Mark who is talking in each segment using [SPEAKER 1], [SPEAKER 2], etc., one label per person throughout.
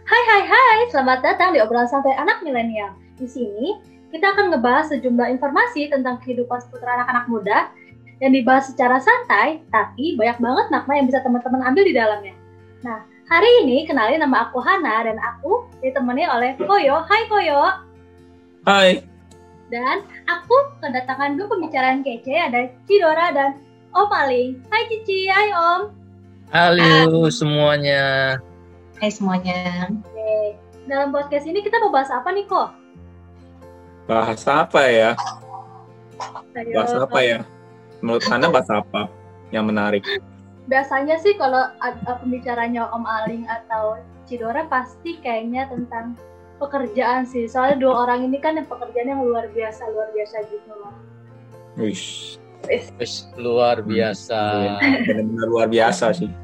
[SPEAKER 1] Hai hai hai, selamat datang di obrolan santai anak milenial. Di sini kita akan ngebahas sejumlah informasi tentang kehidupan seputar anak-anak muda yang dibahas secara santai, tapi banyak banget makna yang bisa teman-teman ambil di dalamnya. Nah, hari ini kenalin nama aku Hana dan aku ditemani oleh Koyo. Hai Koyo.
[SPEAKER 2] Hai.
[SPEAKER 1] Dan aku kedatangan dua pembicaraan kece, ada Cidora dan Om Aling. Hai Cici, hai Om.
[SPEAKER 3] Halo semuanya.
[SPEAKER 4] Hai semuanya.
[SPEAKER 1] Oke. Dalam podcast ini kita mau bahas apa nih kok?
[SPEAKER 2] Bahas apa ya? Bahas apa ya? Menurut Hana bahas apa yang menarik?
[SPEAKER 1] Biasanya sih kalau pembicaranya Om Aling atau Cidora pasti kayaknya tentang pekerjaan sih. Soalnya dua orang ini kan yang pekerjaannya yang luar biasa gitu loh.
[SPEAKER 2] Wish.
[SPEAKER 3] Luar biasa.
[SPEAKER 2] Benar-benar luar biasa sih.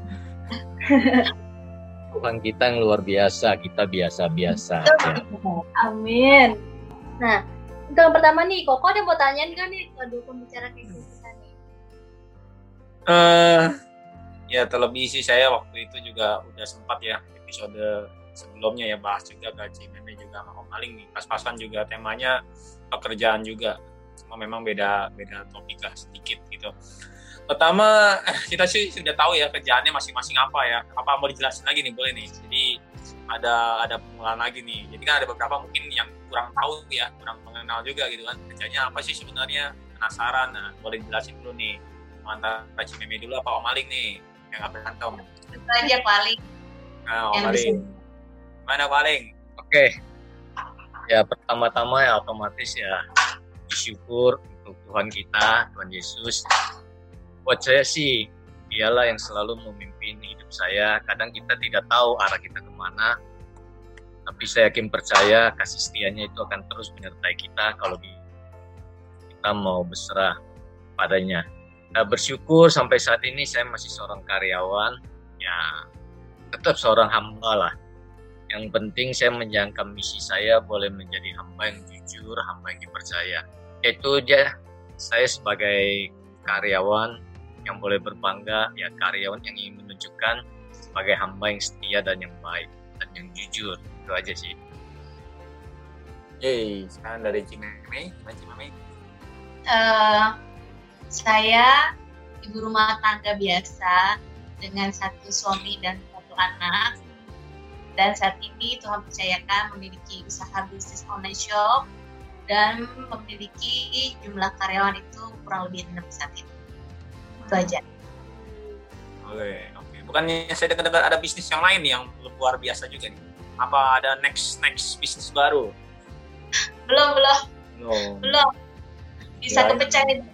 [SPEAKER 3] Tuhan kita yang luar biasa, kita biasa-biasa.
[SPEAKER 1] Amin. Nah, untuk yang pertama nih, Koko ada mau tanyain gak nih ke dua pembicara kayak kita nih?
[SPEAKER 2] Ya televisi saya waktu itu juga udah sempat ya episode sebelumnya ya bahas juga gaji meme juga sama Om Aling nih. Pas-pasan juga temanya pekerjaan juga. Cuma memang beda topik lah sedikit gitu. Pertama, kita sih sudah tahu ya kerjaannya masing-masing apa ya. Apa mau dijelasin lagi nih, boleh nih. Jadi ada pengenalan lagi nih. Jadi kan ada beberapa mungkin yang kurang tahu ya, kurang mengenal juga gitu kan. Kerjanya apa sih sebenarnya? Penasaran. Nah, boleh dijelasin dulu nih. Antara Cimeme dulu apa Om Aling nih? Yang nggak berantem.
[SPEAKER 4] Tentu aja paling.
[SPEAKER 2] Nah, Om Aling. Mana Om Aling?
[SPEAKER 3] Oke. Ya pertama-tama ya otomatis ya bersyukur untuk Tuhan kita, Tuhan Yesus. Buat saya sih, dialah yang selalu memimpin hidup saya. Kadang kita tidak tahu arah kita kemana, tapi saya yakin percaya kasih setianya itu akan terus menyertai kita kalau kita mau berserah padanya. Nah, bersyukur sampai saat ini saya masih seorang karyawan, ya tetap seorang hamba lah. Yang penting saya menjalankan misi saya boleh menjadi hamba yang jujur, hamba yang dipercaya. Itu aja, saya sebagai karyawan yang boleh berbangga, ya karyawan yang ingin menunjukkan sebagai hamba yang setia dan yang baik dan yang jujur. Itu aja sih.
[SPEAKER 2] Sekarang dari Cimeme.
[SPEAKER 4] Saya ibu rumah tangga biasa dengan satu suami dan satu anak. Dan saat ini Tuhan percayakan memiliki usaha bisnis online shop dan memiliki jumlah karyawan itu kurang lebih 6 saat ini. Itu aja.
[SPEAKER 2] Oke. Bukannya saya dengar ada bisnis yang lain yang luar biasa juga nih. Apa ada next bisnis baru?
[SPEAKER 4] Belum. Bisa kepecah nih.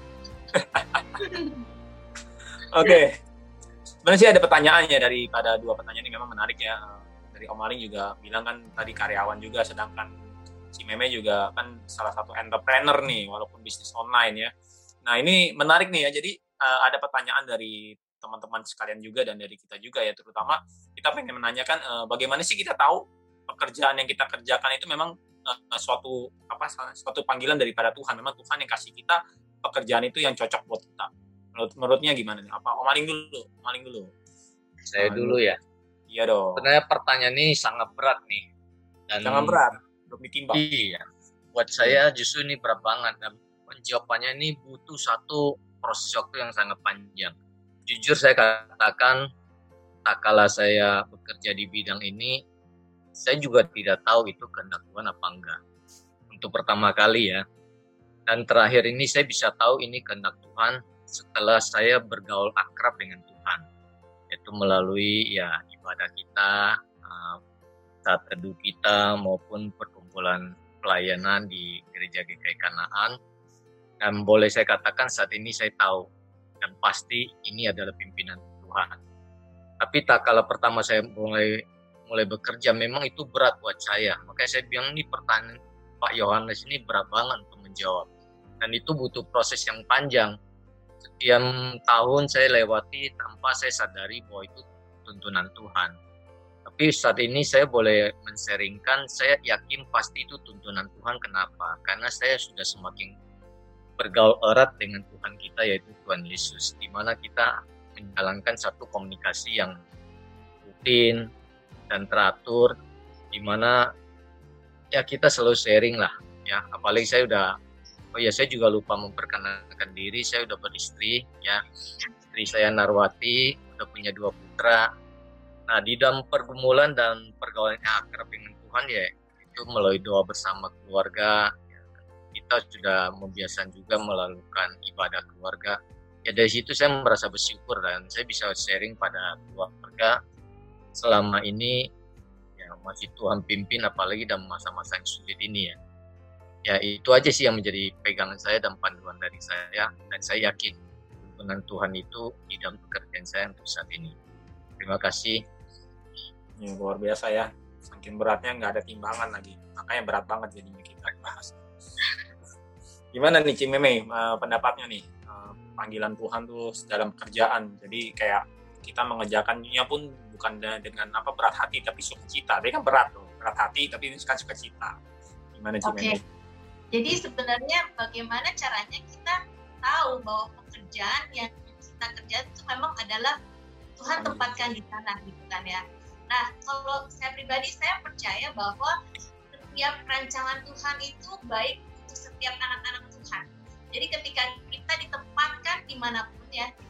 [SPEAKER 2] Oke. Sebenarnya sih ada pertanyaannya daripada dua pertanyaan ini memang menarik ya. Dari Om Aling juga bilang kan tadi karyawan juga, sedangkan si Meme juga kan salah satu entrepreneur nih walaupun bisnis online ya. Nah ini menarik nih ya. Jadi ada pertanyaan dari teman-teman sekalian juga dan dari kita juga ya, terutama kita pengen menanyakan bagaimana sih kita tahu pekerjaan yang kita kerjakan itu memang suatu panggilan daripada Tuhan. Memang Tuhan yang kasih kita pekerjaan itu yang cocok buat kita. Menurutnya gimana nih? Apa Om Aling dulu?
[SPEAKER 3] Saya dulu ya.
[SPEAKER 2] Iya dong.
[SPEAKER 3] Sebenarnya pertanyaan ini sangat berat nih.
[SPEAKER 2] Sangat berat untuk ditimbang.
[SPEAKER 3] Iya. Buat saya justru ini berat banget dan penjawabannya ini butuh satu proses waktu yang sangat panjang. Jujur saya katakan, tak kala saya bekerja di bidang ini, saya juga tidak tahu itu kehendak Tuhan apa enggak. Untuk pertama kali ya. Dan terakhir ini saya bisa tahu ini kehendak Tuhan setelah saya bergaul akrab dengan Tuhan. Yaitu melalui ya ibadah kita, saat teduh kita maupun perkumpulan pelayanan di gereja GKI Kanaan. Dan boleh saya katakan saat ini saya tahu dan pasti ini adalah pimpinan Tuhan. Tapi tak kala pertama saya mulai bekerja memang itu berat buat saya. Makanya saya bilang ini pertanyaan Pak Yohanes ini berat banget untuk menjawab. Dan itu butuh proses yang panjang. Setiap tahun saya lewati tanpa saya sadari bahwa itu tuntunan Tuhan. Tapi saat ini saya boleh men-sharingkan, saya yakin pasti itu tuntunan Tuhan. Kenapa? Karena saya sudah semakin bergaul erat dengan Tuhan kita, yaitu Tuhan Yesus, di mana kita menjalankan satu komunikasi yang rutin dan teratur, di mana ya kita selalu sharing lah ya. Apalagi saya juga lupa memperkenalkan diri, saya udah beristri ya. Istri saya Narwati, udah punya 2 putra. Nah, di dalam pergumulan dan pergaulan yang akrab dengan Tuhan ya, itu melalui doa bersama keluarga, kita sudah membiasakan juga melakukan ibadah keluarga. Ya dari situ saya merasa bersyukur dan saya bisa sharing pada keluarga selama ini ya masih Tuhan pimpin, apalagi dalam masa-masa yang sulit ini ya. Ya itu aja sih yang menjadi pegangan saya dan panduan dari saya, dan saya yakin dengan Tuhan itu di dalam pekerjaan saya untuk saat ini. Terima kasih.
[SPEAKER 2] Ya, luar biasa ya. Saking beratnya nggak ada timbangan lagi. Makanya berat banget jadinya kita bahas. Gimana nih Cimeme pendapatnya nih? Panggilan Tuhan tuh dalam pekerjaan. Jadi kayak kita mengerjakannya pun bukan dengan berat hati tapi sukacita. Dia kan berat tuh, berat hati tapi ini kan sukacita. Gimana Cimeme?
[SPEAKER 4] Jadi sebenarnya bagaimana caranya kita tahu bahwa pekerjaan yang kita kerjakan itu memang adalah Tuhan tempatkan di sana gitu kan ya. Nah, kalau saya pribadi saya percaya bahwa setiap rancangan Tuhan itu baik untuk setiap anak-anak Tuhan. Jadi ketika kita ditempatkan dimanapun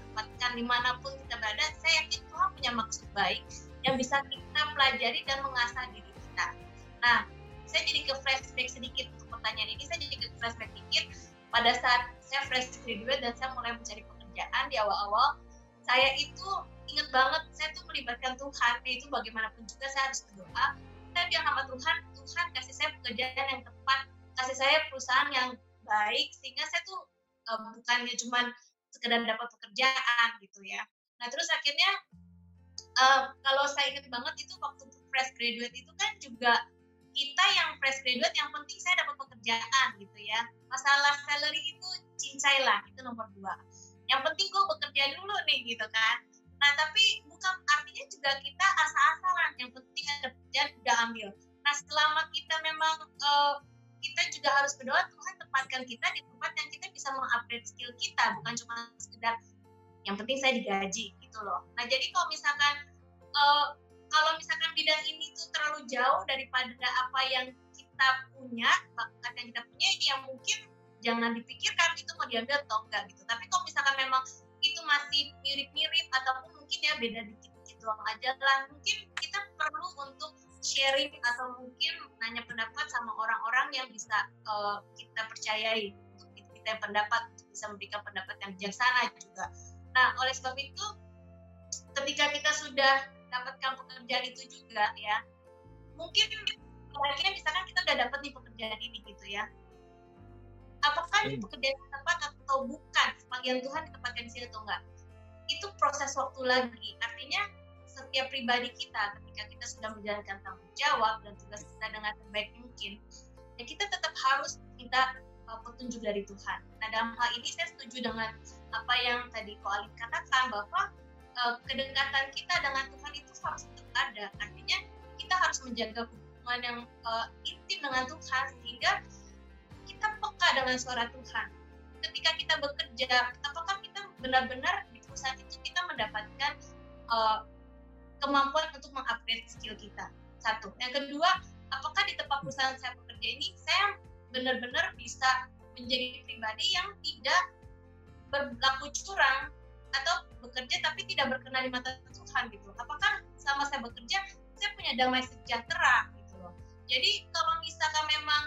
[SPEAKER 4] kita berada, saya yakin Tuhan punya maksud baik yang bisa kita pelajari dan mengasah diri kita. Nah, saya jadi ke flashback sedikit untuk pertanyaan ini. Saya jadi ke flashback sedikit pada saat saya fresh graduate dan saya mulai mencari pekerjaan di awal-awal. Saya itu ingat banget, saya tuh melibatkan Tuhan, yaitu bagaimanapun juga saya harus berdoa. Saya bilang sama Tuhan kasih saya pekerjaan yang tepat, kasih saya perusahaan yang baik, sehingga saya tuh bukannya cuma sekedar dapat pekerjaan gitu ya. Nah terus akhirnya kalau saya ingat banget itu waktu fresh graduate itu kan juga kita yang fresh graduate yang penting saya dapat pekerjaan gitu ya. Masalah salary itu cincai lah, itu nomor 2. Yang penting gue bekerja dulu nih gitu kan. Nah tapi bukan artinya juga kita asal-asalan, yang penting ada pekerjaan udah ambil. Nah selama kita memang kita juga harus berdoa Tuhan tempatkan kita di tempat yang kita bisa mengupgrade skill kita, bukan cuma sekedar yang penting saya digaji gitu loh. Nah jadi kalau misalkan bidang ini tuh terlalu jauh daripada apa yang kita punya, bakat yang kita punya, yang mungkin jangan dipikirkan itu mau diambil atau enggak gitu. Tapi kalau misalkan memang itu masih mirip-mirip ataupun mungkin ya beda dikit-dikit doang aja lah, mungkin kita perlu untuk sharing atau mungkin nanya pendapat sama orang-orang yang bisa kita percayai untuk kita pendapat, untuk bisa memberikan pendapat yang bijaksana juga. Nah oleh sebab itu ketika kita sudah dapatkan pekerjaan itu juga ya, mungkin kira-kira misalkan kita udah dapat nih pekerjaan ini gitu ya, apakah ini pekerjaan yang tepat atau bukan, panggilan Tuhan ditempatkan di sini atau enggak, itu proses waktu lagi. Artinya setiap pribadi kita ketika kita sudah menjalankan tanggung jawab dan tugas kita dengan terbaik mungkin, ya kita tetap harus minta petunjuk dari Tuhan. Nah dalam hal ini saya setuju dengan apa yang tadi Ko Alif katakan, bahwa kedekatan kita dengan Tuhan itu harus tetap ada. Artinya kita harus menjaga hubungan yang intim dengan Tuhan sehingga kita peka dengan suara Tuhan. Ketika kita bekerja, apakah kita benar-benar di perusahaan itu kita mendapatkan kemampuan untuk mengupgrade skill kita. Satu. Yang kedua, apakah di tempat perusahaan saya bekerja ini saya benar-benar bisa menjadi pribadi yang tidak berlaku curang atau bekerja tapi tidak berkenan di mata Tuhan gitu. Apakah selama saya bekerja saya punya damai sejahtera gitu loh. Jadi kalau misalkan memang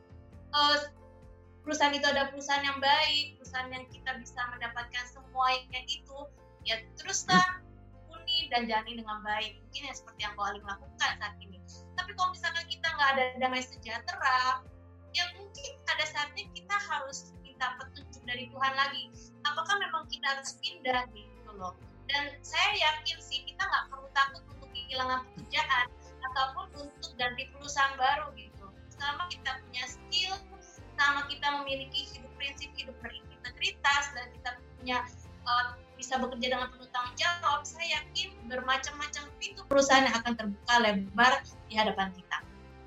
[SPEAKER 4] perusahaan itu ada perusahaan yang baik, perusahaan yang kita bisa mendapatkan semua yang itu, ya teruslah uni dan jalani dengan baik. Mungkin yang seperti yang Ko Alif lakukan saat ini. Tapi kalau misalkan kita nggak ada damai sejahtera, ya mungkin ada saatnya kita harus minta petunjuk dari Tuhan lagi. Apakah memang kita harus pindah gitu loh. Dan saya yakin sih kita nggak perlu takut untuk kehilangan pekerjaan ataupun untuk ganti perusahaan baru gitu. Selama kita punya skill, selama kita memiliki prinsip hidup berintegritas dan kita punya bisa bekerja dengan penuh tanggung jawab, saya yakin bermacam-macam pintu perusahaan yang akan terbuka lebar di hadapan kita.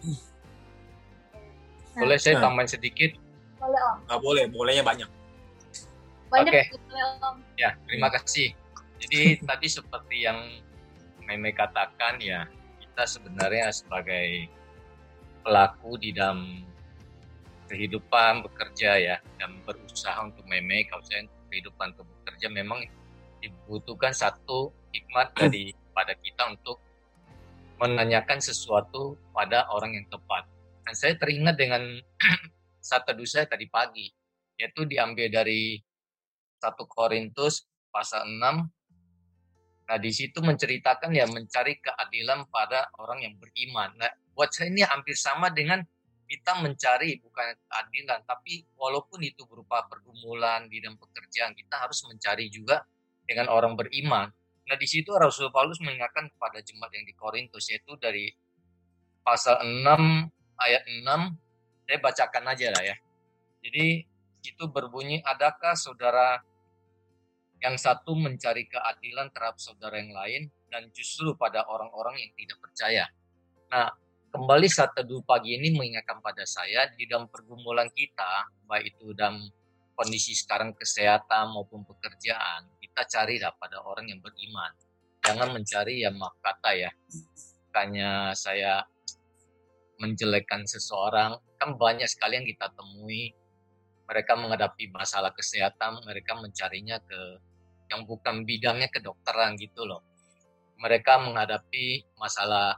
[SPEAKER 3] Boleh saya tambahin sedikit?
[SPEAKER 1] Boleh Om.
[SPEAKER 2] Nggak boleh, bolehnya banyak.
[SPEAKER 1] Banyak
[SPEAKER 3] Oke.
[SPEAKER 1] boleh Om.
[SPEAKER 3] Ya, terima kasih. Jadi tadi seperti yang Meme katakan ya, kita sebenarnya sebagai pelaku di dalam kehidupan bekerja ya, dan berusaha untuk kalau saya kehidupan bekerja memang dibutuhkan satu hikmat pada kita untuk menanyakan sesuatu pada orang yang tepat. Dan saya teringat dengan satu teduh saya tadi pagi, yaitu diambil dari 1 Korintus pasal 6. Nah, di situ menceritakan ya mencari keadilan pada orang yang beriman. Nah, buat saya ini hampir sama dengan kita mencari bukan keadilan, tapi walaupun itu berupa pergumulan di dalam pekerjaan, kita harus mencari juga dengan orang beriman. Nah, di situ Rasul Paulus mengingatkan kepada jemaat yang di Korintus, yaitu dari pasal 6 ayat 6, saya bacakan aja lah ya. Jadi itu berbunyi, adakah saudara yang satu mencari keadilan terhadap saudara yang lain dan justru pada orang-orang yang tidak percaya. Nah, kembali saat teduh pagi ini mengingatkan pada saya di dalam pergumulan kita, baik itu dalam kondisi sekarang kesehatan maupun pekerjaan, kita carilah pada orang yang beriman. Jangan mencari yang maaf kata ya. Bukannya saya menjelekkan seseorang, kan banyak sekali yang kita temui. Mereka menghadapi masalah kesehatan, mereka mencarinya ke yang bukan bidangnya, kedokteran gitu loh. Mereka menghadapi masalah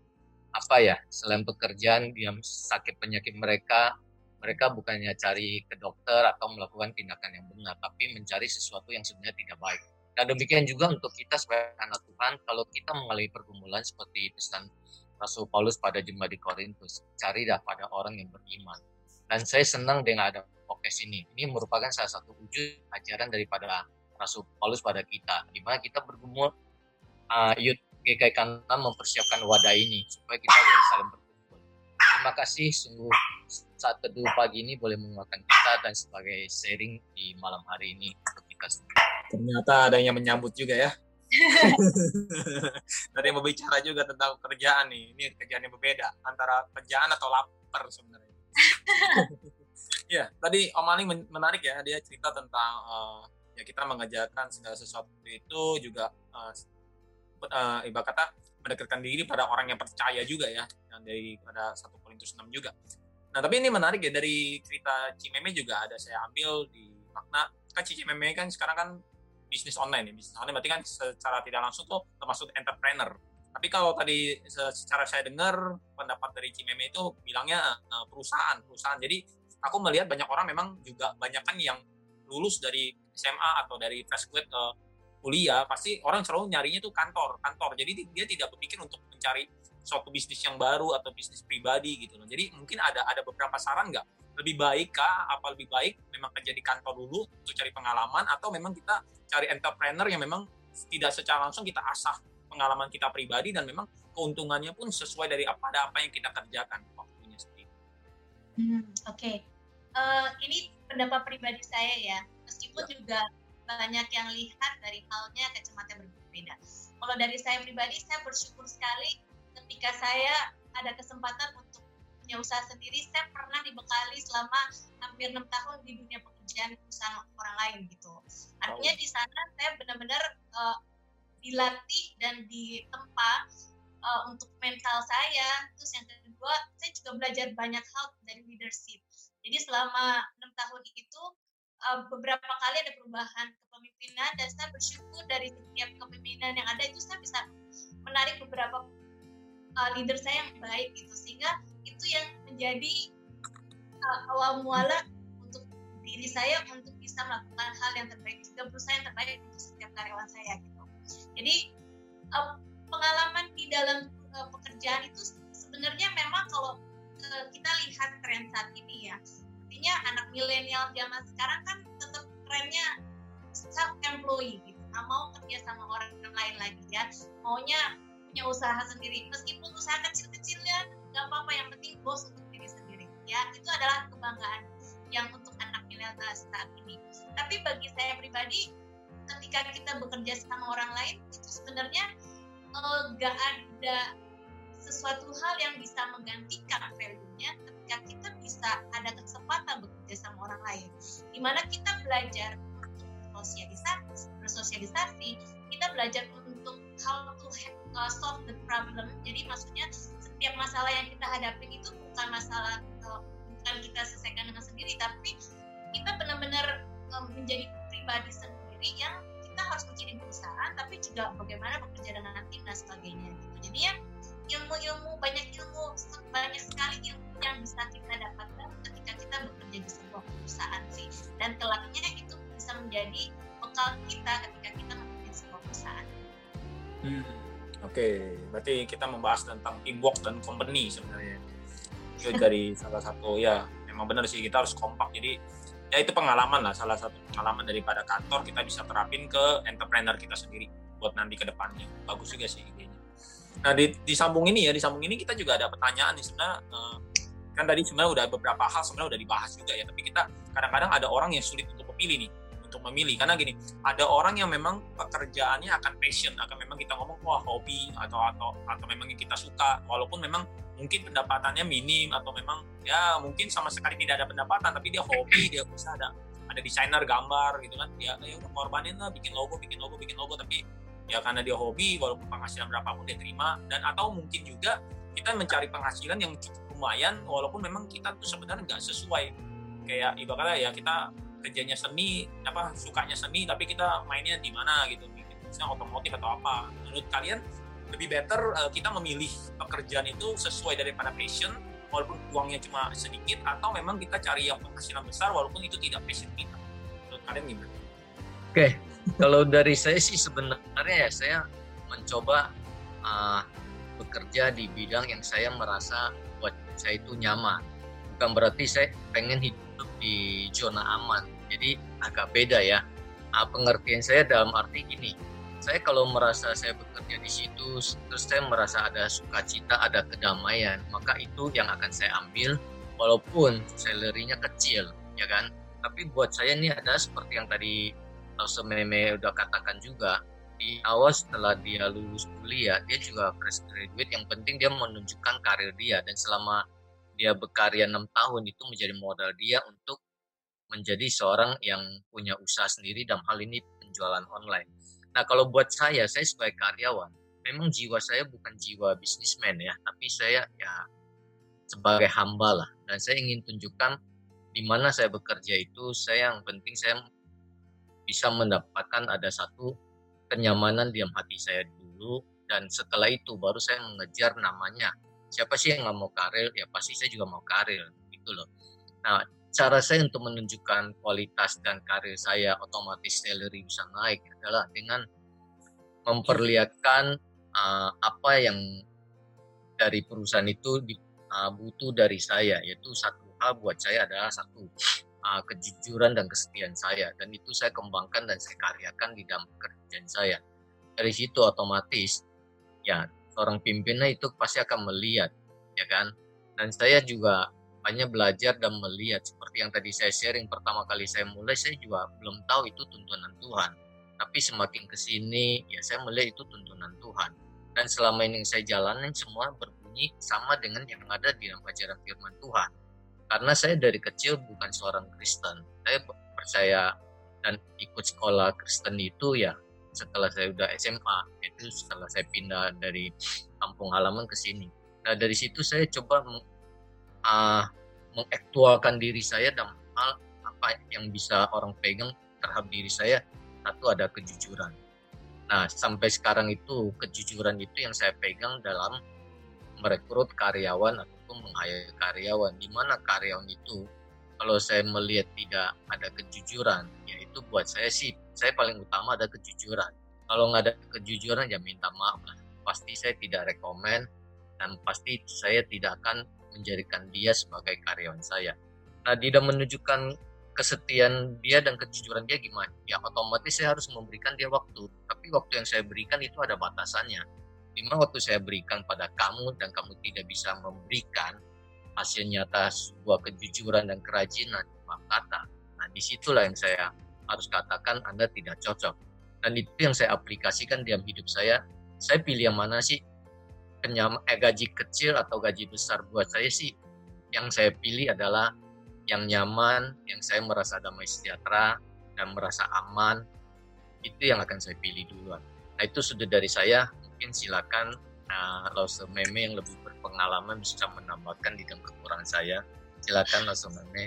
[SPEAKER 3] selain pekerjaan, dia sakit penyakit mereka bukannya cari ke dokter atau melakukan tindakan yang benar, tapi mencari sesuatu yang sebenarnya tidak baik. Nah, demikian juga untuk kita sebagai anak Tuhan, kalau kita mengalami pergumulan seperti pesan Rasul Paulus pada jemaat di Korintus, carilah pada orang yang beriman. Dan saya senang dengan ada podcast ini. Ini merupakan salah satu wujud ajaran daripada Rasul Paulus pada kita, di mana kita bergumul GKI Kantan mempersiapkan wadah ini supaya kita boleh saling berkumpul. Terima kasih, sungguh saat teduh pagi ini boleh menguatkan kita dan sebagai sharing di malam hari ini untuk kita semua.
[SPEAKER 2] Ternyata ada yang menyambut juga ya. Ada yang berbicara juga tentang kerjaan nih. Ini kerjaan yang berbeda antara kerjaan atau lapar sebenarnya. Ya, tadi Om Aling menarik ya, dia cerita tentang ya kita mengajarkan segala sesuatu itu juga ibarat kata mendekatkan diri pada orang yang percaya juga ya, yang dari pada 1 Korintus 6 juga. Nah, tapi ini menarik ya, dari cerita Cimeme juga ada saya ambil di makna, kan Cimeme kan sekarang kan bisnis online ya, bisnis online berarti kan secara tidak langsung tuh termasuk entrepreneur. Tapi kalau tadi secara saya dengar pendapat dari Cimeme itu bilangnya perusahaan. Jadi aku melihat banyak orang memang juga banyak kan yang lulus dari SMA atau dari fresh grade kuliah, pasti orang selalu nyarinya tuh kantor. Jadi dia tidak berpikir untuk mencari suatu bisnis yang baru atau bisnis pribadi gitu loh. Jadi mungkin ada beberapa saran nggak? Lebih baik memang kerja di kantor dulu untuk cari pengalaman, atau memang kita cari entrepreneur yang memang tidak secara langsung kita asah pengalaman kita pribadi dan memang keuntungannya pun sesuai dari apa yang kita kerjakan waktunya seperti itu.
[SPEAKER 4] Oke. Ini pendapat pribadi saya ya, meskipun juga banyak yang lihat dari halnya kacamata berbeda. Kalau dari saya pribadi, saya bersyukur sekali ketika saya ada kesempatan untuk punya usaha sendiri. Saya pernah dibekali selama hampir 6 tahun di dunia pekerjaan usaha orang lain gitu. Artinya di sana saya benar-benar dilatih dan ditempa untuk mental saya. Terus yang kedua, saya juga belajar banyak hal dari leadership. Jadi selama 6 tahun itu beberapa kali ada perubahan kepemimpinan, dan saya bersyukur dari setiap kepemimpinan yang ada itu saya bisa menarik beberapa leader saya yang baik gitu, sehingga itu yang menjadi awal muala untuk diri saya untuk bisa melakukan hal yang terbaik, juga berusaha yang terbaik untuk setiap karyawan saya gitu. Jadi pengalaman di dalam pekerjaan itu sebenarnya memang kalau kita lihat tren saat ini ya, artinya anak milenial zaman sekarang kan tetap trennya self-employed gitu, nggak mau kerja sama orang lain lagi ya, maunya punya usaha sendiri, meskipun usaha kecil-kecil ya nggak apa-apa, yang penting bos untuk diri sendiri ya. Itu adalah kebanggaan yang untuk anak milenial saat ini. Tapi bagi saya pribadi, ketika kita bekerja sama orang lain itu sebenarnya nggak ada sesuatu hal yang bisa menggantikan value-nya ketika kita bisa ada kesempatan bekerja sama orang lain, di mana kita belajar untuk bersosialisasi, kita belajar untuk how to solve the problem. Jadi maksudnya setiap masalah yang kita hadapin itu bukan masalah bukan kita selesaikan dengan sendiri, tapi kita benar-benar menjadi pribadi sendiri yang kita harus mikirin perusahaan, tapi juga bagaimana bekerja dengan tim dan sebagainya gitu. Jadi ya banyak sekali ilmu yang bisa kita dapatkan ketika kita bekerja di sebuah perusahaan sih, dan kelaknya itu bisa menjadi bekal kita ketika kita memimpin sebuah perusahaan.
[SPEAKER 2] Oke, berarti kita membahas tentang teamwork dan company sebenarnya. Itu dari salah satu, ya memang benar sih, kita harus kompak. Jadi ya itu pengalaman lah, salah satu pengalaman daripada kantor kita bisa terapin ke entrepreneur kita sendiri buat nanti ke depannya. Bagus juga sih idenya. Nah disambung ini kita juga ada pertanyaan nih sebenarnya. Kan tadi sebenarnya udah beberapa hal sebenarnya udah dibahas juga ya, tapi kita kadang-kadang ada orang yang sulit untuk memilih karena gini, ada orang yang memang pekerjaannya akan passion, akan memang kita ngomong wah hobi atau memang yang kita suka, walaupun memang mungkin pendapatannya minim atau memang ya mungkin sama sekali tidak ada pendapatan, tapi dia hobi, dia bisa ada desainer gambar gitu kan, dia ya udah korbanin lah bikin logo, tapi ya karena dia hobi, walaupun penghasilan berapapun dia terima. Dan atau mungkin juga kita mencari penghasilan yang cukup lumayan walaupun memang kita tuh sebenarnya nggak sesuai, kayak ibaratnya ya kita kerjanya seni, sukanya seni, tapi kita mainnya di mana gitu, misalnya otomotif atau apa. Menurut kalian lebih better kita memilih pekerjaan itu sesuai daripada passion walaupun uangnya cuma sedikit, atau memang kita cari yang penghasilan besar walaupun itu tidak passion kita? Menurut kalian gimana?
[SPEAKER 3] Oke, kalau dari saya sih sebenarnya ya saya mencoba bekerja di bidang yang saya merasa buat saya itu nyaman. Bukan berarti saya pengen hidup di zona aman, jadi agak beda ya. Pengertian saya dalam arti gini, saya kalau merasa saya bekerja di situ terus saya merasa ada sukacita, ada kedamaian, maka itu yang akan saya ambil walaupun salary-nya kecil, ya kan. Tapi buat saya ini ada seperti yang tadi Meme udah katakan juga, di awal setelah dia lulus kuliah dia juga fresh graduate, yang penting dia menunjukkan karir dia, dan selama dia berkarya 6 tahun itu menjadi modal dia untuk menjadi seorang yang punya usaha sendiri, dalam hal ini penjualan online. Nah kalau buat saya sebagai karyawan, memang jiwa saya bukan jiwa bisnismen ya, tapi saya ya sebagai hamba lah, dan saya ingin tunjukkan di mana saya bekerja itu, saya yang penting saya bisa mendapatkan ada satu kenyamanan di dalam hati saya dulu, dan setelah itu baru saya mengejar namanya. Siapa sih yang nggak mau karir? Ya pasti saya juga mau karir, gitu loh. Nah, cara saya untuk menunjukkan kualitas dan karir saya otomatis salary bisa naik adalah dengan memperlihatkan apa yang dari perusahaan itu butuh dari saya, yaitu satu hal buat saya adalah satu kejujuran dan kesetiaan saya, dan itu saya kembangkan dan saya karyakan di dalam pekerjaan saya. Dari situ otomatis ya seorang pimpinan itu pasti akan melihat, ya kan. Dan saya juga banyak belajar dan melihat, seperti yang tadi saya sharing pertama kali saya mulai, saya juga belum tahu itu tuntunan Tuhan, tapi semakin kesini ya saya melihat itu tuntunan Tuhan, dan selama ini yang saya jalanin semua berbunyi sama dengan yang ada di dalam ajaran firman Tuhan. Karena saya dari kecil bukan seorang Kristen, saya percaya dan ikut sekolah Kristen itu ya setelah saya udah SMA, itu setelah saya pindah dari kampung halaman ke sini. Nah dari situ saya coba mengaktualkan diri saya dalam hal apa yang bisa orang pegang terhadap diri saya. Satu, ada kejujuran. Nah sampai sekarang itu kejujuran itu yang saya pegang dalam merekrut karyawan ataupun meng-hire karyawan, di mana karyawan itu kalau saya melihat tidak ada kejujuran, ya itu buat saya sih, saya paling utama ada kejujuran. Kalau nggak ada kejujuran ya minta maaf lah, pasti saya tidak rekomen dan pasti saya tidak akan menjadikan dia sebagai karyawan saya. Nah dia menunjukkan kesetiaan dia dan kejujuran dia gimana? Ya otomatis saya harus memberikan dia waktu, tapi waktu yang saya berikan itu ada batasannya. Dimana waktu saya berikan pada kamu dan kamu tidak bisa memberikan hasil nyata sebuah kejujuran dan kerajinan kata, nah disitulah yang saya harus katakan Anda tidak cocok. Dan itu yang saya aplikasikan dalam hidup saya. Saya pilih yang mana sih, gaji kecil atau gaji besar? Buat saya sih yang saya pilih adalah yang nyaman, yang saya merasa damai sejahtera dan merasa aman, itu yang akan saya pilih duluan. Nah itu sudah dari saya. mungkin silakan Lause Meme yang lebih berpengalaman bisa menambahkan di dalam kekurangan saya. Silakan Lause Meme.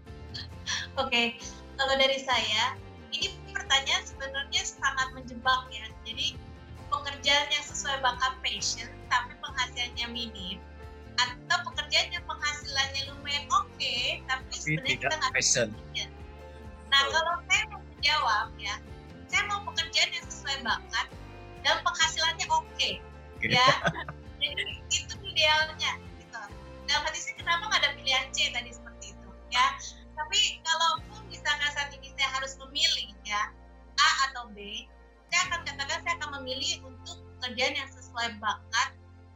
[SPEAKER 4] Oke, kalau dari saya, ini pertanyaan sebenarnya sangat menjebak ya. Jadi pekerjaan yang sesuai bakat passion tapi penghasilannya minim, atau pekerjaan yang penghasilannya lumayan oke tapi sebenarnya kita nggak
[SPEAKER 3] passion.
[SPEAKER 4] Nah, kalau saya mau menjawab ya, saya mau pekerjaan yang sesuai bakat dan penghasilannya oke. Ya, jadi itu idealnya gitu. Dalam hati saya kenapa nggak ada pilihan C tadi seperti itu ya. Tapi kalaupun misalkan saat ini saya harus memilih ya A atau B, saya akan katakan saya akan memilih untuk pekerjaan yang sesuai bakat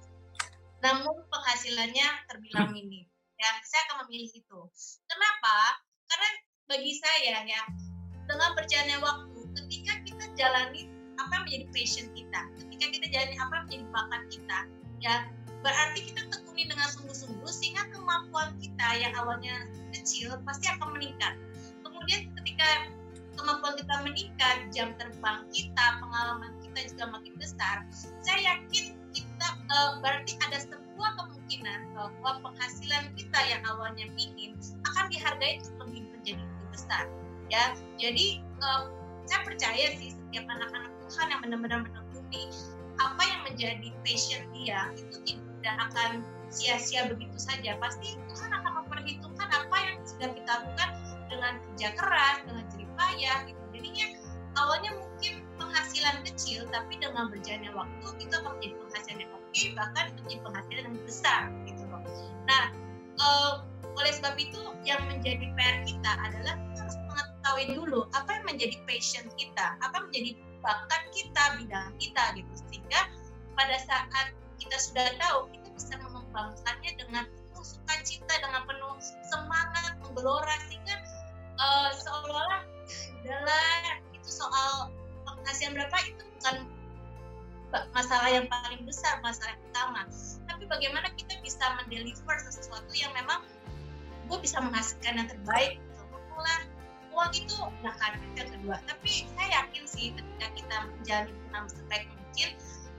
[SPEAKER 4] namun penghasilannya terbilang minim ya. Saya akan memilih itu. Kenapa? Karena bagi saya ya, dengan berjalannya waktu, ketika kita jalani apa yang menjadi passion kita, ketika kita jalani apa yang menjadi bakat kita ya, berarti kita tekuni dengan sungguh-sungguh sehingga kemampuan kita yang awalnya kecil pasti akan meningkat. Kemudian ketika kemampuan kita meningkat, jam terbang kita, pengalaman kita juga makin besar, saya yakin kita berarti ada sebuah kemungkinan bahwa penghasilan kita yang awalnya minim akan dihargai lebih menjadi lebih besar ya. Jadi saya percaya sih setiap anak-anak Tuhan yang benar-benar menekuni apa yang menjadi passion dia itu tidak akan sia-sia begitu saja. Pasti Tuhan akan memperhitungkan apa yang sudah kita lakukan dengan kerja keras, dengan jerih payah gitu. Jadinya awalnya mungkin penghasilan kecil, tapi dengan berjalannya waktu itu akan menjadi penghasilan yang oke, bahkan menjadi penghasilan yang besar gitu loh. Nah, oleh sebab itu yang menjadi PR kita adalah kita harus mengetahui dulu apa yang menjadi passion kita, apa yang menjadi bakat kita, bidang kita gitu, sehingga pada saat kita sudah tahu, kita bisa mengembangkannya dengan penuh sukacita, dengan penuh semangat, menggelora, sehingga seolah-olah adalah itu soal penghasilan berapa itu bukan masalah yang paling besar, masalah yang utama, tapi bagaimana kita bisa mendeliver sesuatu yang memang gue bisa menghasilkan yang terbaik. Kemudian uang itu belakangan yang kedua, tapi saya yakin sih ketika kita menjalani dengan sebaik mungkin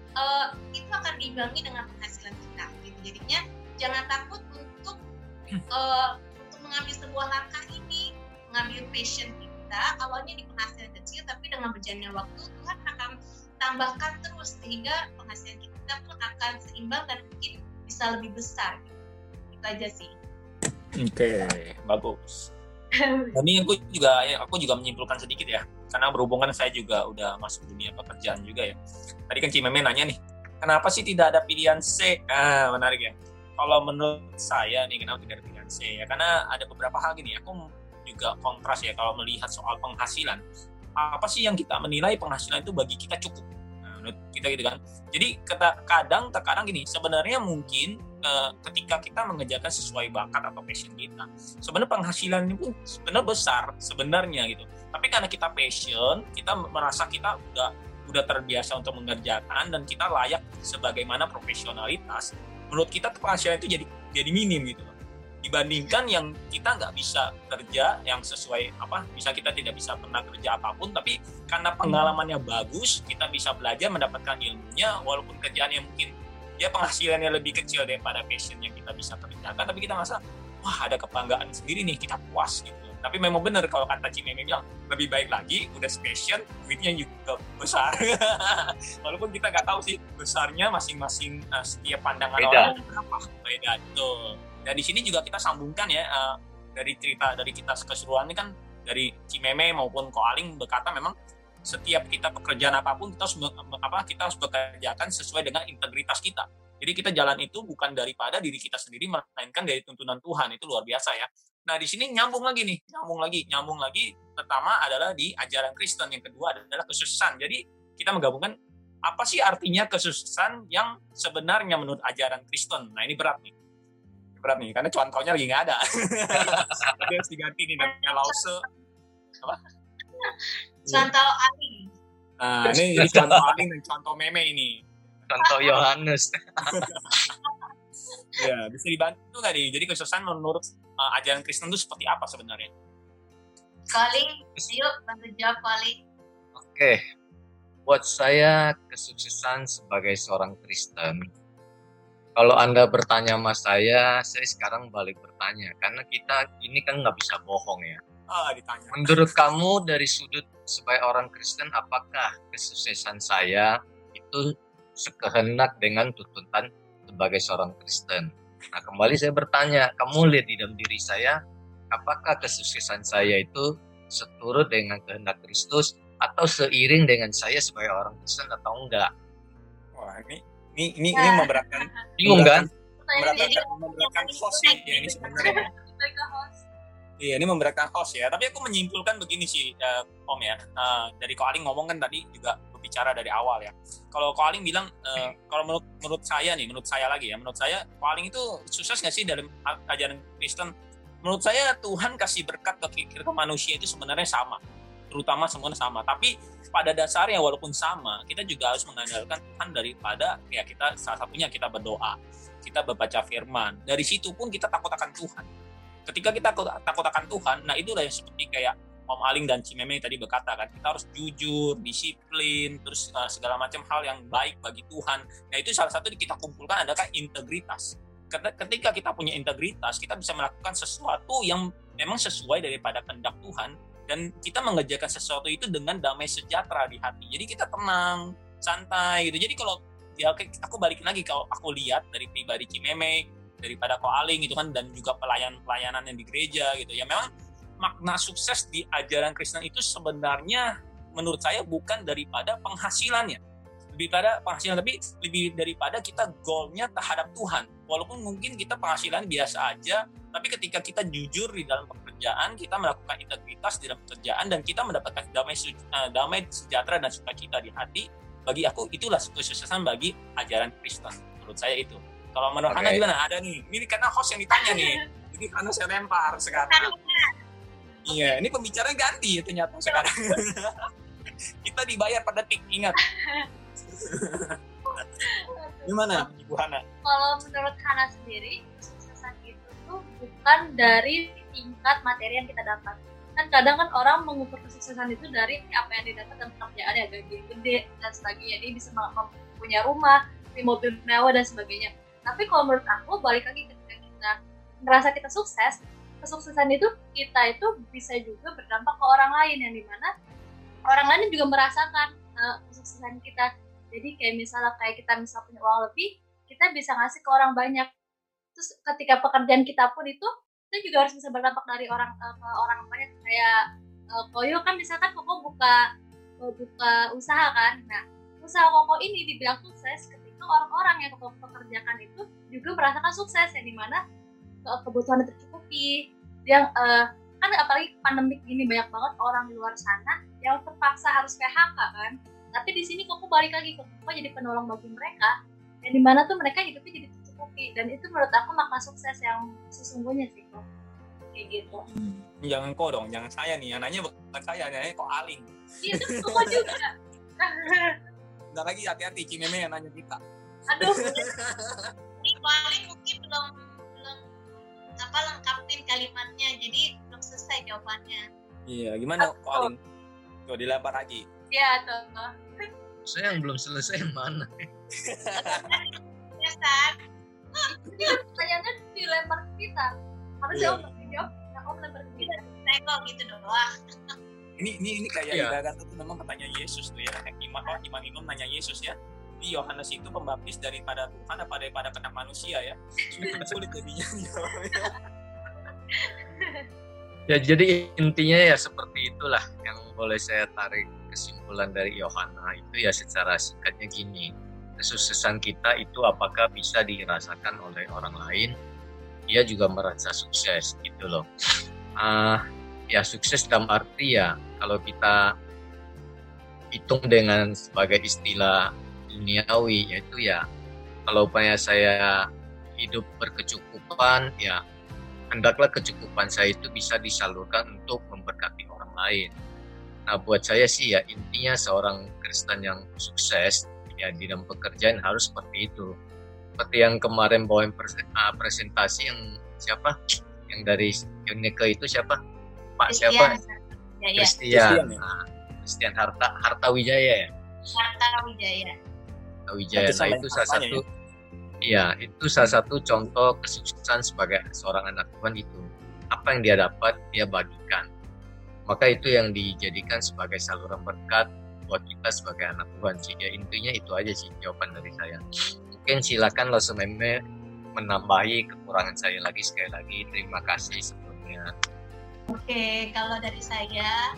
[SPEAKER 4] itu akan diimbangi dengan penghasilan kita gitu. Jadinya jangan takut untuk mengambil sebuah langkah ini, mengambil passion kita awalnya di penghasilan kecil, tapi dengan berjalannya waktu Tuhan akan tambahkan terus sehingga penghasilan kita pun akan seimbang dan mungkin bisa lebih besar. Itu aja sih.
[SPEAKER 2] Oke, bagus. Ini aku juga menyimpulkan sedikit ya, karena berhubungan saya juga udah masuk dunia pekerjaan juga ya. Tadi kan Ci Meme nanya nih, kenapa sih tidak ada pilihan C? Menarik ya. Kalau menurut saya nih, kenapa tidak ada pilihan C ya? Karena ada beberapa hal gini, aku juga kontras ya kalau melihat soal penghasilan. Apa sih yang kita menilai penghasilan itu bagi kita cukup? Menurut kita gitu kan. Jadi terkadang gini, sebenarnya mungkin ketika kita mengerjakan sesuai bakat atau passion kita, sebenarnya penghasilan ini pun sebenarnya besar sebenarnya gitu. Tapi karena kita passion, kita merasa kita udah terbiasa untuk mengerjakan dan kita layak sebagaimana profesionalitas. Menurut kita penghasilan itu jadi minim gitu. Dibandingkan yang kita nggak bisa kerja yang sesuai bisa kita tidak bisa pernah kerja apapun, tapi karena pengalamannya bagus, kita bisa belajar mendapatkan ilmunya, walaupun kerjaannya mungkin ya penghasilannya lebih kecil daripada passion yang kita bisa kerjakan, tapi kita ngerasa wah ada kebanggaan sendiri nih, kita puas gitu. Tapi memang benar kalau kata Ci Meme bilang, lebih baik lagi udah passion, duitnya juga besar. Walaupun kita nggak tahu sih besarnya masing-masing setiap pandangan orang berapa beda tuh. Dan di sini juga kita sambungkan ya dari cerita dari kita keseluruhan ini kan, dari Ci Meme maupun Ko Aling berkata memang setiap kita pekerjaan apapun kita harus bekerjakan sesuai dengan integritas kita. Jadi kita jalan itu bukan daripada diri kita sendiri, melainkan dari tuntunan Tuhan. Itu luar biasa ya. Nah di sini nyambung lagi. Pertama adalah di ajaran Kristen, yang kedua adalah kesuksesan. Jadi kita menggabungkan apa sih artinya kesuksesan yang sebenarnya menurut ajaran Kristen. Nah ini berat nih karena contohnya lagi nggak ada. Jadi harus diganti nih namanya Lause apa?
[SPEAKER 4] Contoh Aling.
[SPEAKER 2] Nah ini jadi contoh Aling dan contoh Meme ini.
[SPEAKER 3] Contoh Yohanes.
[SPEAKER 2] Ya bisa dibantu nggak nih? Jadi kesuksesan menurut ajaran Kristen itu seperti apa sebenarnya?
[SPEAKER 4] Aling, yuk bantu jawab Aling.
[SPEAKER 3] Oke. Buat saya kesuksesan sebagai seorang Kristen, kalau Anda bertanya sama saya sekarang balik bertanya. Karena kita ini kan nggak bisa bohong ya.
[SPEAKER 2] Ditanya.
[SPEAKER 3] Menurut kamu dari sudut sebagai orang Kristen, apakah kesuksesan saya itu sekehendak dengan tuntutan sebagai seorang Kristen? Nah, kembali saya bertanya, kamu lihat di dalam diri saya, apakah kesuksesan saya itu seturut dengan kehendak Kristus atau seiring dengan saya sebagai orang Kristen atau enggak?
[SPEAKER 2] Wah, ini memberatkan.
[SPEAKER 3] Bingung kan?
[SPEAKER 2] Memberatkan host sih ya, ini sebenarnya. Iya, ini memberatkan host ya. Tapi aku menyimpulkan begini sih, Om ya. Dari Ko Aling ngomong kan tadi juga berbicara dari awal ya. Kalau Ko Aling bilang, kalau menurut saya Ko Aling itu sukses nggak sih dalam ajaran Kristen? Menurut saya Tuhan kasih berkat ke manusia itu sebenarnya sama, terutama semuanya sama. Tapi pada dasarnya walaupun sama, kita juga harus mengandalkan Tuhan daripada ya kita salah satunya kita berdoa, kita membaca firman. Dari situ pun kita takut akan Tuhan. Ketika kita takut akan Tuhan, nah itulah yang seperti kayak Om Aling dan Cimeme tadi berkata kan, kita harus jujur, disiplin, terus segala macam hal yang baik bagi Tuhan. Nah itu salah satu kita kumpulkan adalah integritas. Ketika kita punya integritas, kita bisa melakukan sesuatu yang memang sesuai daripada kehendak Tuhan, dan kita mengerjakan sesuatu itu dengan damai sejahtera di hati. Jadi kita tenang, santai gitu. Jadi kalau ya aku balikin lagi, kalau aku lihat dari pribadi Cimeme, daripada Ko Aling gitu kan, dan juga pelayanan yang di gereja gitu ya, memang makna sukses di ajaran Kristen itu sebenarnya menurut saya bukan daripada penghasilannya, tapi lebih daripada kita goalnya terhadap Tuhan. Walaupun mungkin kita penghasilan biasa aja, tapi ketika kita jujur di dalam pekerjaan, kita melakukan integritas di dalam pekerjaan, dan kita mendapatkan damai sejahtera dan sukacita di hati, bagi aku itulah kesuksesan bagi ajaran Kristen. Menurut saya itu. Kalau menurut Hana gimana? Ada nih. Ini karena host yang ditanya nih. Jadi Hana saya lempar sekarang. Iya, ini pembicaraan ganti ya ternyata sekarang. Kita dibayar pada detik, ingat. Gimana Ibu Hana?
[SPEAKER 1] Kalau menurut Hana sendiri, kesuksesan itu tuh bukan dari tingkat materi yang kita dapat. Kan kadang kan orang mengukur kesuksesan itu dari apa yang didapat dalam pekerjaan, ya gaji gede dan sebagainya. Dia bisa mempunyai rumah, mobil mewah dan sebagainya. Tapi kalau menurut aku, balik lagi ketika kita merasa kita sukses, kesuksesan itu kita itu bisa juga berdampak ke orang lain, yang dimana orang lain juga merasakan kesuksesan kita. Jadi kayak misalnya kita punya uang lebih, kita bisa ngasih ke orang banyak. Terus ketika pekerjaan kita pun itu, kita juga harus bisa berdampak dari orang ke orang banyak. Kayak Koyo kan misalkan Koko buka usaha kan. Nah, usaha Koko ini dibilang sukses orang-orang yang Koko pekerjakan itu juga merasakan sukses, yang dimana kebutuhan tercukupi. Yang kan apalagi pandemik ini banyak banget orang di luar sana yang terpaksa harus PHK kan. Tapi di sini Koko balik lagi, Koko jadi penolong bagi mereka, yang dimana tuh mereka hidupnya jadi tercukupi. Dan itu menurut aku makna sukses yang sesungguhnya sih kok. Kayak gitu.
[SPEAKER 2] Jangan Ko dong, jangan saya nih. Nanya bukan saya, nanya Ko Aling.
[SPEAKER 1] Iya, itu Koko juga.
[SPEAKER 2] Bentar lagi hati-hati Cimeme yang nanya kita.
[SPEAKER 1] Aduh.
[SPEAKER 4] Ini Ko Aling mungkin belum lengkapin kalimatnya, jadi belum selesai jawabannya.
[SPEAKER 2] Iya, gimana Ko Aling? Tuh dilempar lagi.
[SPEAKER 1] Iya, tuh.
[SPEAKER 3] Saya yang belum selesai mana?
[SPEAKER 4] Ya, San.
[SPEAKER 1] Ini kan pertanyaannya dilempar ke kita. Harusnya Om menjawab, nah Om lempar ke kita.
[SPEAKER 4] Saya kok gitu doang.
[SPEAKER 2] Ini kayak ibarat itu memang pertanyaan Yesus tuh ya. Imam nanya Yesus ya. Ini Yohanes itu pembaptis daripada Tuhan apa daripada kehendak manusia ya. Sulit jadinya.
[SPEAKER 3] Ya, jadi intinya ya seperti itulah yang boleh saya tarik kesimpulan dari Yohana itu ya, secara singkatnya gini. Kesuksesan kita itu apakah bisa dirasakan oleh orang lain? Dia juga merasa sukses gitu loh. Ya sukses dalam arti ya kalau kita hitung dengan sebagai istilah duniawi, yaitu ya kalau upaya saya hidup berkecukupan, ya hendaklah kecukupan saya itu bisa disalurkan untuk memberkati orang lain. Nah buat saya sih ya intinya seorang Kristen yang sukses ya di dalam pekerjaan harus seperti itu. Seperti yang kemarin bawain presentasi yang siapa? Yang dari Unike itu siapa? Pak Christian. Siapa?
[SPEAKER 4] Ya.
[SPEAKER 3] Christian. Nah, Christian Harta Wijaya ya.
[SPEAKER 4] Marta Wijaya.
[SPEAKER 3] Wijaya. Nah, itu salah satu itu salah satu contoh kesuksesan sebagai seorang anak Tuhan itu. Apa yang dia dapat, dia bagikan. Maka itu yang dijadikan sebagai saluran berkat buat kita sebagai anak Tuhan sih. Ya, intinya itu aja sih jawaban dari saya. Mungkin silakan Lose Meme menambahi kekurangan saya lagi. Sekali lagi terima kasih sebelumnya.
[SPEAKER 4] Oke, kalau dari saya,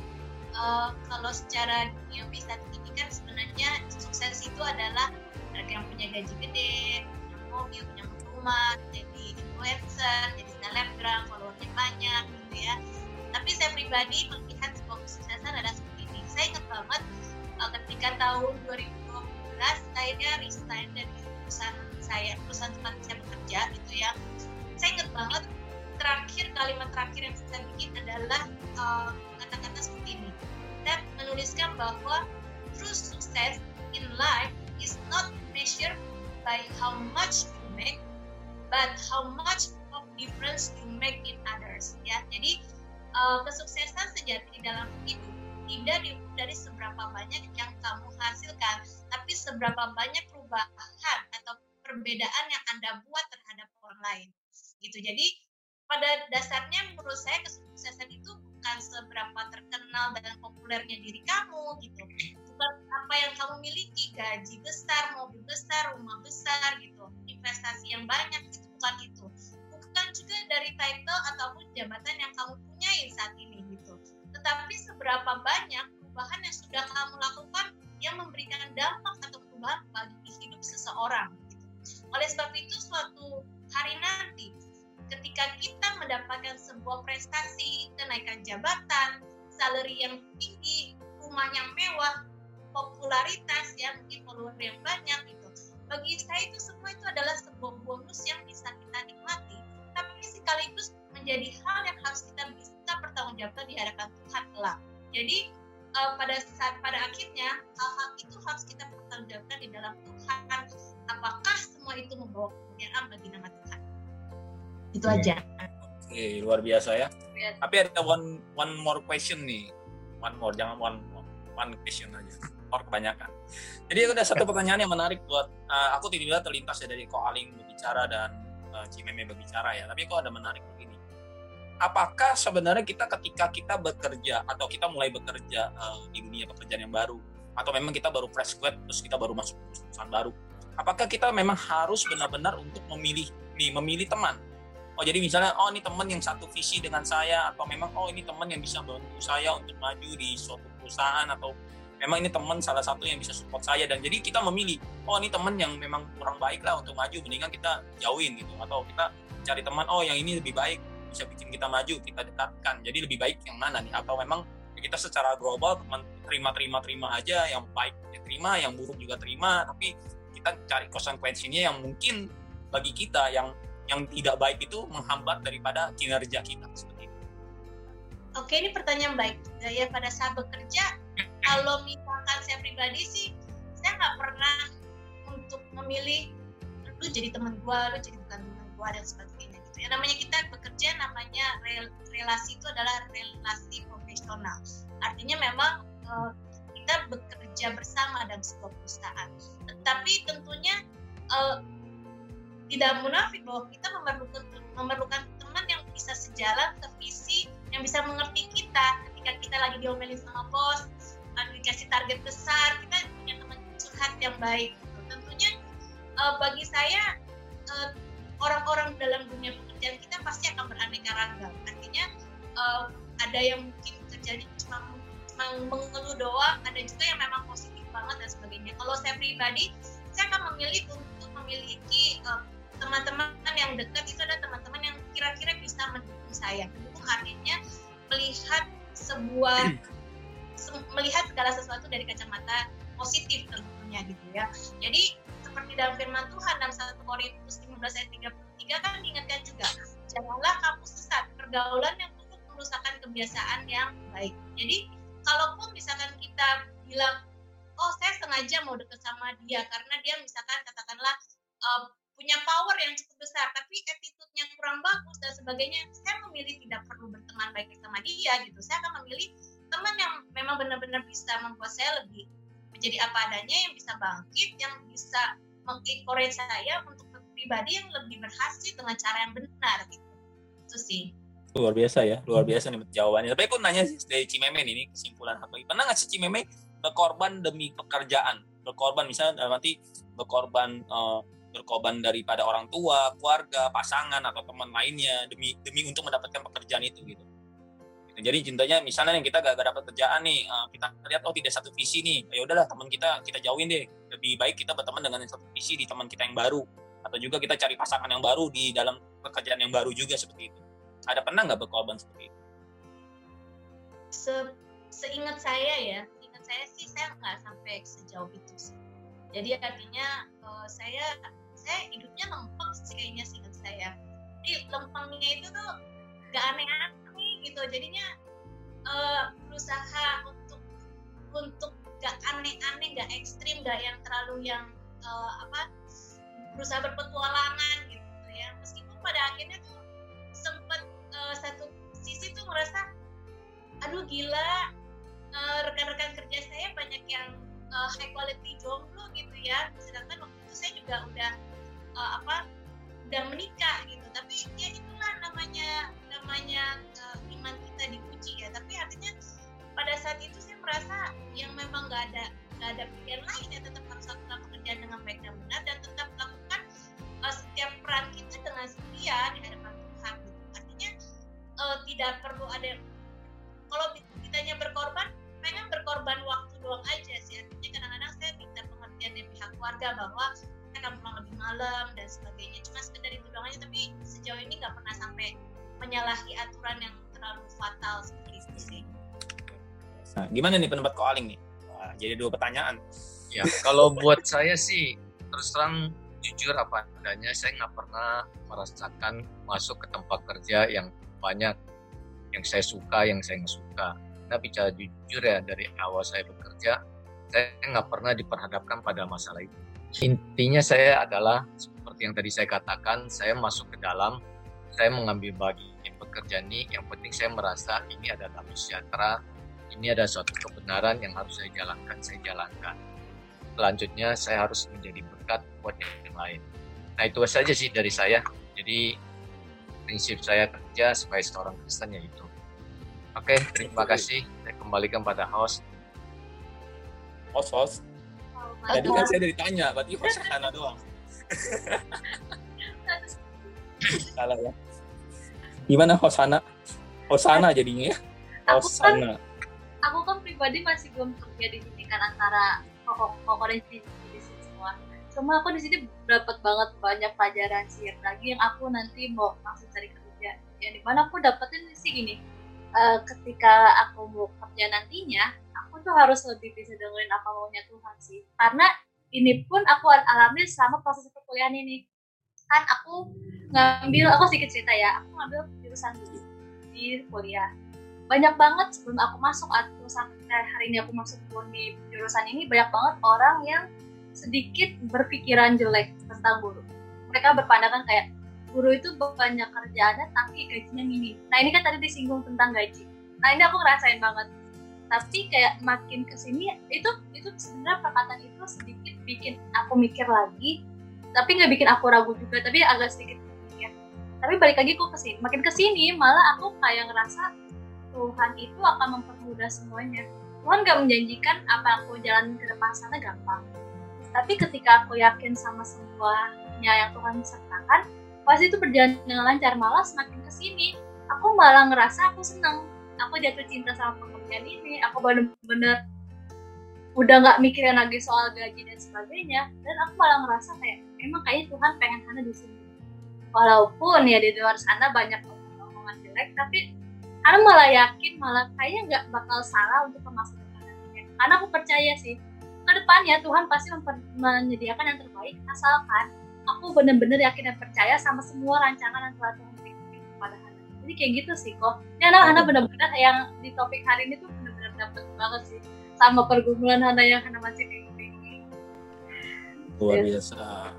[SPEAKER 4] kalau secara dunia saat ini kan sebenarnya sukses itu adalah mereka yang punya gaji gede, punya mobil, punya rumah, jadi influencer, jadi selebgram, followernya banyak gitu ya. Tapi saya pribadi melihat sebuah kesuksesan adalah seperti ini. Saya ingat banget ketika tahun 2012 saya resign dari perusahaan tempat saya bekerja gitu ya. Saya ingat banget kalimat terakhir yang saya bikin adalah kata-kata seperti ini. Saya menuliskan bahwa true success in life is not measured by how much you make, but how much of difference you make in others. Ya, jadi kesuksesan sejati dalam hidup tidak diukur dari seberapa banyak yang kamu hasilkan, tapi seberapa banyak perubahan atau perbedaan yang Anda buat terhadap orang lain. Gitu. Jadi pada dasarnya menurut saya kesuksesan itu bukan seberapa terkenal dan populernya diri kamu gitu. Bukan apa yang kamu miliki, gaji besar, mobil besar, rumah besar gitu, investasi yang banyak, itu bukan itu. Bukan juga dari title ataupun jabatan yang kamu punyai saat ini gitu. Tetapi seberapa banyak perubahan yang sudah kamu lakukan yang memberikan dampak atau perubahan bagi hidup seseorang gitu. Oleh sebab itu suatu hari nanti ketika kita mendapatkan sebuah prestasi, kenaikan jabatan, salary yang tinggi, rumah yang mewah, popularitas ya, mungkin follower yang banyak gitu. Bagi saya itu semua itu adalah sebuah bonus yang bisa kita nikmati, tapi sekaligus menjadi hal yang harus kita bisa pertanggungjawabkan di hadapan Tuhan kelak. Jadi pada akhirnya hal-hal itu harus kita pertanggungjawabkan di dalam Tuhan. Apakah semua itu membawa kemuliaan bagi nama Tuhan? Itu aja.
[SPEAKER 2] Oke, luar biasa ya. Tapi ada one more question nih. Jangan one question aja. Or kebanyakan. Jadi ada satu pertanyaan yang menarik buat aku tidak terlintas ya dari Ko Aling berbicara dan Cimeme berbicara ya. Tapi kok ada menarik begini. Apakah sebenarnya ketika kita bekerja atau kita mulai bekerja di dunia pekerjaan yang baru, atau memang kita baru fresh grad terus kita baru masuk perusahaan baru, apakah kita memang harus benar-benar untuk memilih teman? Oh jadi misalnya, ini teman yang satu visi dengan saya, atau memang ini teman yang bisa bantu saya untuk maju di suatu perusahaan, atau memang ini teman salah satu yang bisa support saya, dan jadi kita memilih, ini teman yang memang kurang baik lah untuk maju, mendingan kita jauhin gitu, atau kita cari teman, yang ini lebih baik, bisa bikin kita maju, kita dekatkan, jadi lebih baik yang mana nih, atau memang kita secara global teman terima aja, yang baik ya terima, yang buruk juga terima, tapi kita cari konsekuensinya yang mungkin bagi kita yang tidak baik itu menghambat daripada kinerja kita seperti itu.
[SPEAKER 4] Oke, ini pertanyaan baik juga ya. Pada saat bekerja, kalau misalkan saya pribadi sih, saya nggak pernah untuk memilih lu jadi teman gua, lu jadi bukan teman gua dan sebagainya gitu. Ya namanya kita bekerja, namanya relasi itu adalah relasi profesional. Artinya memang kita bekerja bersama dalam sebuah perusahaan. Tetapi tentunya tidak munafik bahwa kita memerlukan teman yang bisa sejalan, sevisi, yang bisa mengerti kita ketika kita lagi diomelin sama bos, dikasih target besar, kita punya teman curhat yang baik. Tentunya bagi saya orang-orang dalam dunia pekerjaan kita pasti akan beraneka ragam. Artinya ada yang mungkin kerjanya cuma mengeluh doang, ada juga yang memang positif banget dan sebagainya. Kalau saya pribadi, saya akan memilih untuk memiliki teman-teman yang dekat itu adalah teman-teman yang kira-kira bisa mendukung saya. Mendukung artinya melihat segala sesuatu dari kacamata positif tentunya gitu ya. Jadi seperti dalam firman Tuhan dalam 1 Korintus 15 ayat 33 kan diingatkan juga, janganlah kamu sesat, pergaulan yang buruk merusakkan kebiasaan yang baik. Jadi kalaupun misalkan kita bilang, saya sengaja mau dekat sama dia karena dia misalkan katakanlah punya power yang cukup besar, tapi attitude-nya kurang bagus dan sebagainya, saya memilih tidak perlu berteman baik sama dia gitu. Saya akan memilih teman yang memang benar-benar bisa membuat saya lebih jadi apa adanya, yang bisa bangkit, yang bisa mengencourage saya untuk pribadi yang lebih berhasil dengan cara yang benar gitu. Itu sih.
[SPEAKER 2] Luar biasa nih jawabannya. Tapi aku nanya sih dari Cimeme ini kesimpulan apa? Pernah nggak sih Cimeme berkorban demi pekerjaan? Berkorban misalnya dalam arti berkorban daripada orang tua, keluarga, pasangan atau teman lainnya demi untuk mendapatkan pekerjaan itu gitu. Jadi contohnya misalnya yang kita gak dapat kerjaan nih, kita lihat tidak satu visi nih, ya udahlah teman kita jauhin deh. Lebih baik kita berteman dengan yang satu visi di teman kita yang baru, atau juga kita cari pasangan yang baru di dalam pekerjaan yang baru juga seperti itu. Ada pernah nggak berkorban seperti itu?
[SPEAKER 4] Seingat saya sih saya nggak sampai sejauh itu sih. Jadi artinya saya hidupnya lempeng sih kayaknya seingat saya. Jadi lempengnya itu tuh nggak aneh-aneh gitu, jadinya berusaha untuk gak aneh-aneh, gak ekstrim, gak yang terlalu yang berusaha berpetualangan gitu ya. Meskipun pada akhirnya tuh sempat satu sisi tuh ngerasa aduh gila, rekan-rekan kerja saya banyak yang high quality jomblo gitu ya, sedangkan waktu itu saya juga udah menikah gitu. Tapi ya itulah namanya iman kita diuji ya. Tapi artinya pada saat itu saya merasa yang memang nggak ada pilihan lain ya, tetap harus lakukan pekerjaan dengan baik dan benar, dan tetap lakukan setiap peran kita dengan setia di hadapan Tuhan gitu. Artinya tidak perlu ada, kalau ditanya berkorban, pengen berkorban waktu doang aja sih. Artinya kadang-kadang saya minta pengertian dari pihak keluarga bahwa saya akan pulang lebih malam dan sebagainya, cuma sekedar itu doang aja. Tapi sejauh ini nggak pernah sampai menyalahi aturan yang terlalu fatal seperti itu sih.
[SPEAKER 2] Nah, gimana nih pendapat Ko Aling nih? Wah, jadi 2 pertanyaan.
[SPEAKER 3] Ya, kalau buat saya sih terus terang jujur apa adanya, saya nggak pernah merasakan masuk ke tempat kerja yang banyak yang saya suka, yang saya nggak suka. Nah, bicara jujur ya, dari awal saya bekerja, saya nggak pernah diperhadapkan pada masalah itu. Intinya saya adalah seperti yang tadi saya katakan, saya masuk ke dalam, saya mengambil bagian pekerjaan ini, yang penting saya merasa ini ada damai sejahtera, ini ada suatu kebenaran yang harus saya jalankan. Selanjutnya saya harus menjadi berkat buat yang lain. Nah, itu saja sih dari saya. Jadi prinsip saya kerja sebagai seorang Kristen yaitu. Oke, terima kasih. Saya kembalikan pada host.
[SPEAKER 2] Jadi kan saya dari tanya, berarti host sana doang. Salah ya. Gimana Hosana jadinya ya? Hosana.
[SPEAKER 1] Aku kan pribadi masih belum kerja di sini kan, antara koko di sini semua. Cuma aku di sini dapat banget banyak pelajaran sih, lagi yang aku nanti mau langsung cari kerja. Yang dimana aku dapetin sih gini, ketika aku mau kerja nantinya, aku tuh harus lebih bisa dengerin apa maunya Tuhan sih. Karena ini pun aku alami selama proses perkuliahan ini. Kan aku sedikit cerita ya, aku ngambil jurusan dulu di kuliah. Banyak banget sebelum aku masuk atau sampai hari ini aku masuk di jurusan ini, banyak banget orang yang sedikit berpikiran jelek tentang guru. Mereka berpandangan kayak guru itu banyak kerjaannya tapi gajinya minim. Nah, ini kan tadi disinggung tentang gaji. Nah, ini aku ngerasain banget. Tapi kayak makin kesini itu sebenarnya perkataan itu sedikit bikin aku mikir lagi, tapi nggak bikin aku ragu juga, tapi agak sedikit mikir. Tapi balik lagi aku makin kesini malah aku kayak ngerasa Tuhan itu akan mempermudah semuanya. Tuhan gak menjanjikan apa yang aku jalanin ke depan sana gampang. Tapi ketika aku yakin sama semuanya yang Tuhan sertakan, pasti itu berjalan dengan lancar. Malah semakin kesini, aku malah ngerasa aku senang. Aku jatuh cinta sama pekerjaan ini. Aku bener-bener udah gak mikirin lagi soal gaji dan sebagainya. Dan aku malah ngerasa kayak, emang kayaknya Tuhan pengen Hana di sini. Walaupun ya di luar sana banyak omongan jelek, tapi Hana malah yakin, malah kayaknya nggak bakal salah untuk masa depan nantinya. Karena aku percaya sih, ke depannya Tuhan pasti menyediakan yang terbaik, asalkan aku benar-benar yakin dan percaya sama semua rancangan yang telah Tuhan berikan kepada Hana. Jadi kayak gitu sih kok. Ya Hana benar-benar yang di topik hari ini tuh benar-benar dapet banget sih sama pergumulan Hana yang Hana masih bingung.
[SPEAKER 2] Luar biasa.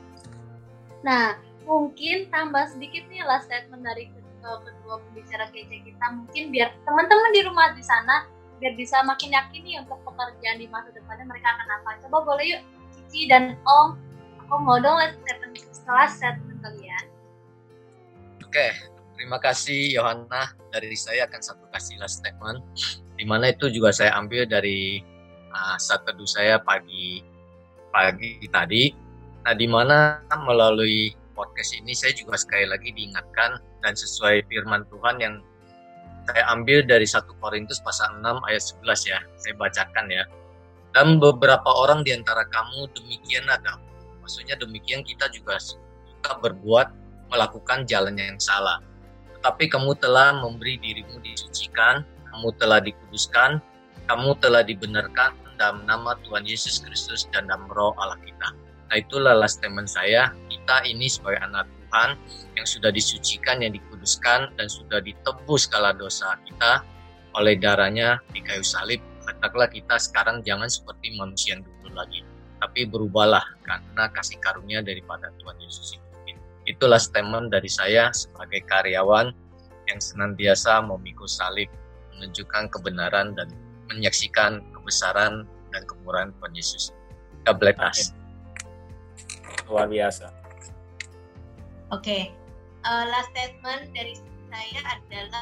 [SPEAKER 1] Nah, mungkin tambah sedikit nih last statement dari kedua pembicara kece kita, mungkin biar teman-teman di rumah di sana biar bisa makin yakin nih untuk pekerjaan di masa depannya mereka akan apa. Coba boleh yuk Cici dan Om, aku mau dong last statement kalian.
[SPEAKER 3] Oke, terima kasih Yohana. Dari saya akan satu kasih last statement, di mana itu juga saya ambil dari saat teduh saya pagi tadi. Nah, di mana melalui podcast ini saya juga sekali lagi diingatkan dan sesuai firman Tuhan yang saya ambil dari 1 Korintus pasal 6 ayat 11 ya. Saya bacakan ya. Dan beberapa orang di antara kamu demikian ada. Maksudnya demikian kita juga suka berbuat melakukan jalan yang salah. Tetapi kamu telah memberi dirimu disucikan, kamu telah dikuduskan, kamu telah dibenarkan dalam nama Tuhan Yesus Kristus dan dalam roh Allah kita. Nah, itulah last statement saya. Kita ini sebagai anak Tuhan yang sudah disucikan, yang dikuduskan, dan sudah ditebus segala dosa kita oleh darahnya di kayu salib. Hendaklah kita sekarang jangan seperti manusia yang dulu lagi, tapi berubahlah karena kasih karunia daripada Tuhan Yesus itu. Itulah statement dari saya sebagai karyawan yang senantiasa memikul salib, menunjukkan kebenaran dan menyaksikan kebesaran dan kemurahan Tuhan Yesus. God bless us.
[SPEAKER 2] Luar biasa.
[SPEAKER 4] Oke, last statement dari saya adalah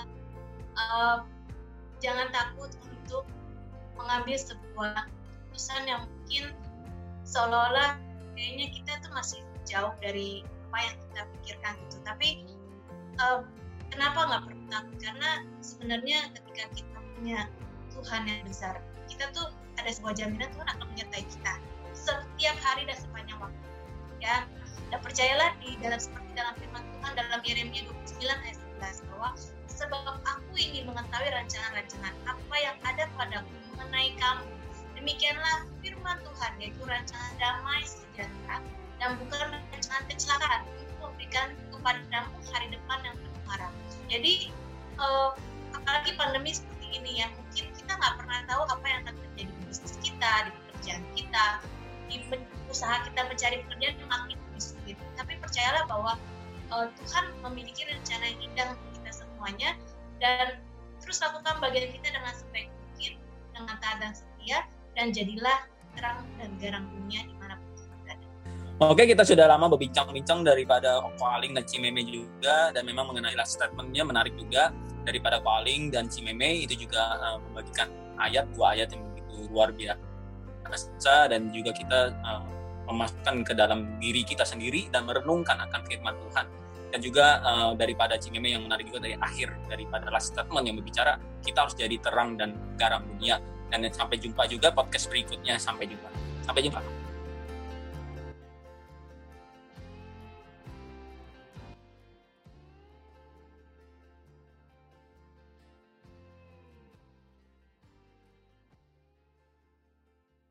[SPEAKER 4] jangan takut untuk mengambil sebuah keputusan yang mungkin seolah-olah kayaknya kita tuh masih jauh dari apa yang kita pikirkan gitu. Tapi kenapa nggak perlu takut? Karena sebenarnya ketika kita punya Tuhan yang besar, kita tuh ada sebuah jaminan Tuhan akan menyertai kita setiap hari dan sepanjang waktu. Ya, dan percayalah seperti dalam firman Tuhan dalam Yeremia 29 ayat 11 bahwa sebab aku ingin mengetahui rancangan-rancangan apa yang ada padaku mengenai kamu. Demikianlah firman Tuhan, yaitu rancangan damai sejahtera dan bukan rancangan kecelakaan untuk memberikan kepadamu hari depan yang penuh harap. Jadi apalagi pandemi seperti ini ya, mungkin kita nggak pernah tahu apa yang akan terjadi di bisnis kita, di pekerjaan kita, di usaha kita mencari pekerjaan yang makin sulit. Tapi percayalah bahwa Tuhan memiliki rencana yang indah untuk kita semuanya, dan terus lakukan bagian kita dengan sebaik mungkin, dengan taat dan setia, dan jadilah terang dan garam dunia dimanapun kita berada.
[SPEAKER 2] Oke, kita sudah lama berbincang-bincang daripada Ko Aling dan Cimeme juga, dan memang mengenai last statement-nya menarik juga daripada Ko Aling dan Cimeme. Itu juga membagikan dua ayat yang begitu luar biasa, dan juga kita memasukkan ke dalam diri kita sendiri dan merenungkan akan firman Tuhan. Dan juga daripada Cimeme yang menarik juga dari akhir daripada last statement yang berbicara kita harus jadi terang dan garam dunia. Dan sampai jumpa juga podcast berikutnya. Sampai jumpa.